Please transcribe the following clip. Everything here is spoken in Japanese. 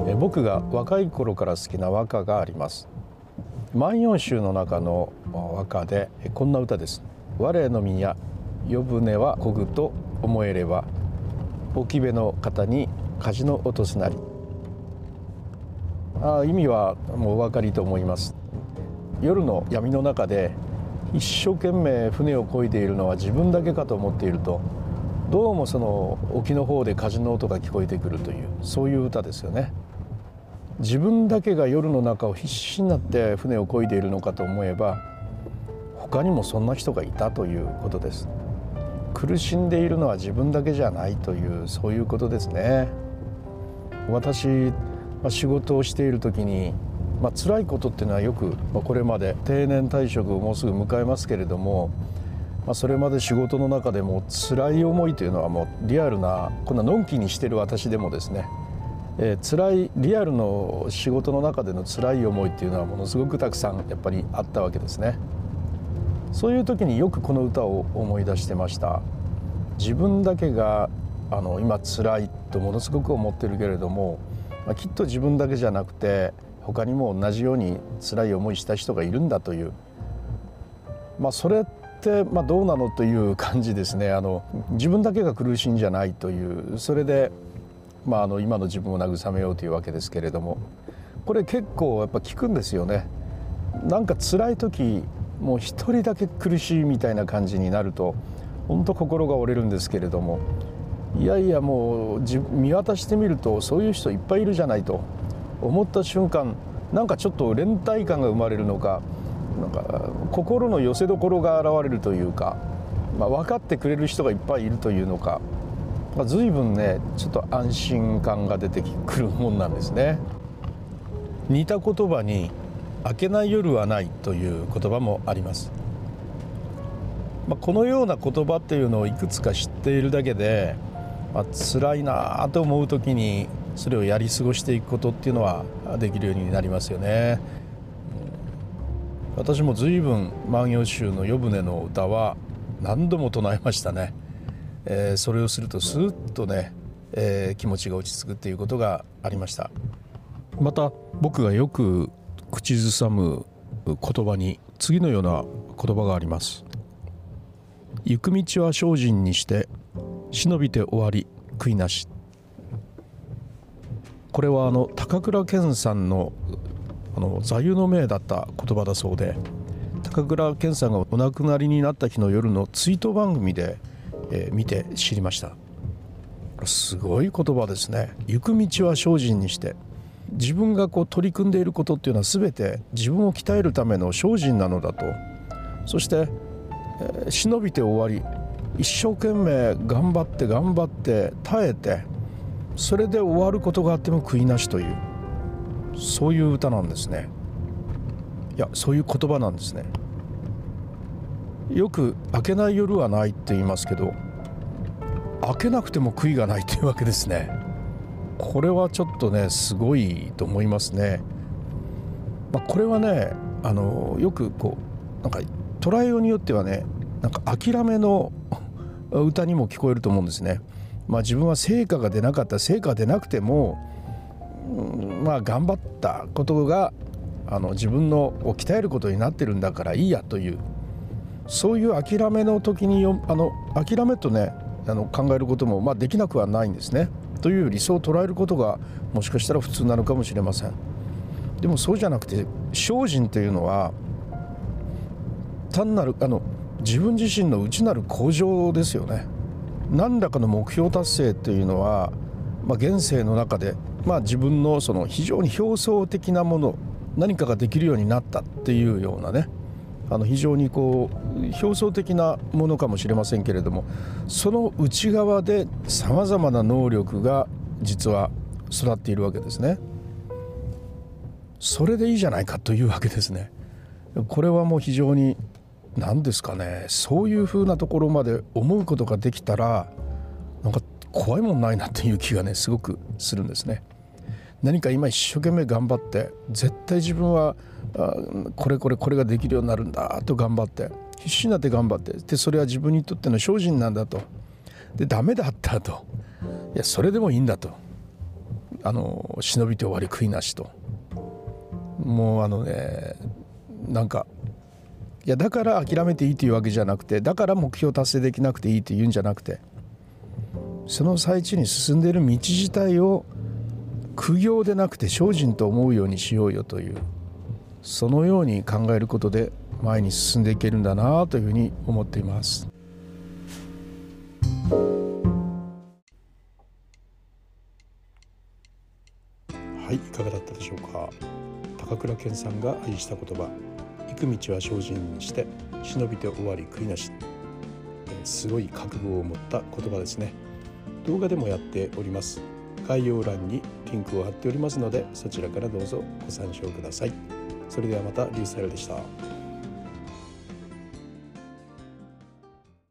僕が若い頃から好きな和歌があります。万葉集の中の和歌でこんな歌です。我の宮夜舟は漕ぐと思えれば、沖辺の方に舵の落とすなり。意味はもうお分かりと思います。夜の闇の中で一生懸命船を漕いでいるのは自分だけかと思っていると、どうもその沖の方で舵の音が聞こえてくるという、そういう歌ですよね。自分だけが夜の中を必死になって船を漕いでいるのかと思えば、他にもそんな人がいたということです。苦しんでいるのは自分だけじゃないという、そういうことですね。私、仕事をしている時に、辛いことっていうのはよく、これまで定年退職をもうすぐ迎えますけれども、それまで仕事の中でも辛い思いというのはもうリアルな、こんなのんきにしている私でもですね、辛いリアルの仕事の中での辛い思いっていうのはものすごくたくさんやっぱりあったわけですね。そういう時によくこの歌を思い出してました。自分だけが今辛いとものすごく思ってるけれども、きっと自分だけじゃなくて他にも同じように辛い思いした人がいるんだという、それってどうなのという感じですね。自分だけが苦しいんじゃないという、それで、今の自分を慰めようというわけですけれども、これ結構やっぱ効くんですよね。なんか辛い時、もう一人だけ苦しいみたいな感じになると本当心が折れるんですけれども、いやいや、もう見渡してみるとそういう人いっぱいいるじゃないと思った瞬間、なんかちょっと連帯感が生まれるのか、なんか心の寄せどころが現れるというか、分かってくれる人がいっぱいいるというのか、随分ね、ちょっと安心感が出てくるもんなんですね。似た言葉に明けない夜はないという言葉もあります。このような言葉っていうのをいくつか知っているだけで、辛いなと思う時にそれをやり過ごしていくことっていうのはできるようになりますよね。私も随分万葉集の夜舟の歌は何度も唱えましたね。それをするとスーッとね、気持ちが落ち着くっていうことがありました。また僕がよく口ずさむ言葉に次のような言葉があります。行く道は精進にして忍びて終わり悔いなし。これは高倉健さんの座右の銘だった言葉だそうで、高倉健さんがお亡くなりになった日の夜の追悼番組で、見て知りました。すごい言葉ですね。行く道は精進にして、自分が取り組んでいることっていうのは全て自分を鍛えるための精進なのだと。そして、忍びて終わり、一生懸命頑張って耐えて、それで終わることがあっても悔いなしという、そういう歌なんですね。いや、そういう言葉なんですね。よく明けない夜はないって言いますけど、明けなくても悔いがないというわけですね。これはちょっとね、すごいと思いますね。これはね、よくなんか捉えようによってはね、なんか諦めの歌にも聞こえると思うんですね。自分は成果が出なかった、成果が出なくても、頑張ったことが自分のを鍛えることになってるんだからいいやという、そういう諦めの時に諦めとね、考えることもできなくはないんですね。という理想を捉えることがもしかしたら普通なのかもしれません。でもそうじゃなくて、精進というのは単なる自分自身の内なる向上ですよね。何らかの目標達成というのは、現世の中で、自分のその非常に表層的なもの、何かができるようになったっていうようなね、非常に表層的なものかもしれませんけれども、その内側でさまざまな能力が実は育っているわけですね。それでいいじゃないかというわけですね。これはもう非常に何ですかね、そういうふうなところまで思うことができたら、なんか怖いもんないなっていう気がね、すごくするんですね。何か今一生懸命頑張って、絶対自分はこれができるようになるんだと頑張って、必死になって頑張って、でそれは自分にとっての精進なんだと。でダメだったと、いやそれでもいいんだと、 忍びて終わり悔いなしと。もうなんかいやだから諦めていいというわけじゃなくて、だから目標達成できなくていいというんじゃなくて、その最中に進んでいる道自体を苦行でなくて精進と思うようにしようよという、そのように考えることで前に進んでいけるんだなというふうに思っています。はい、いかがだったでしょうか。高倉健さんが愛した言葉、行く道は精進にして忍びて終わり悔いなし、すごい覚悟を持った言葉ですね。動画でもやっております。概要欄にリンクを貼っておりますので、そちらからどうぞご参照ください。それではまた、リュウサイルでした。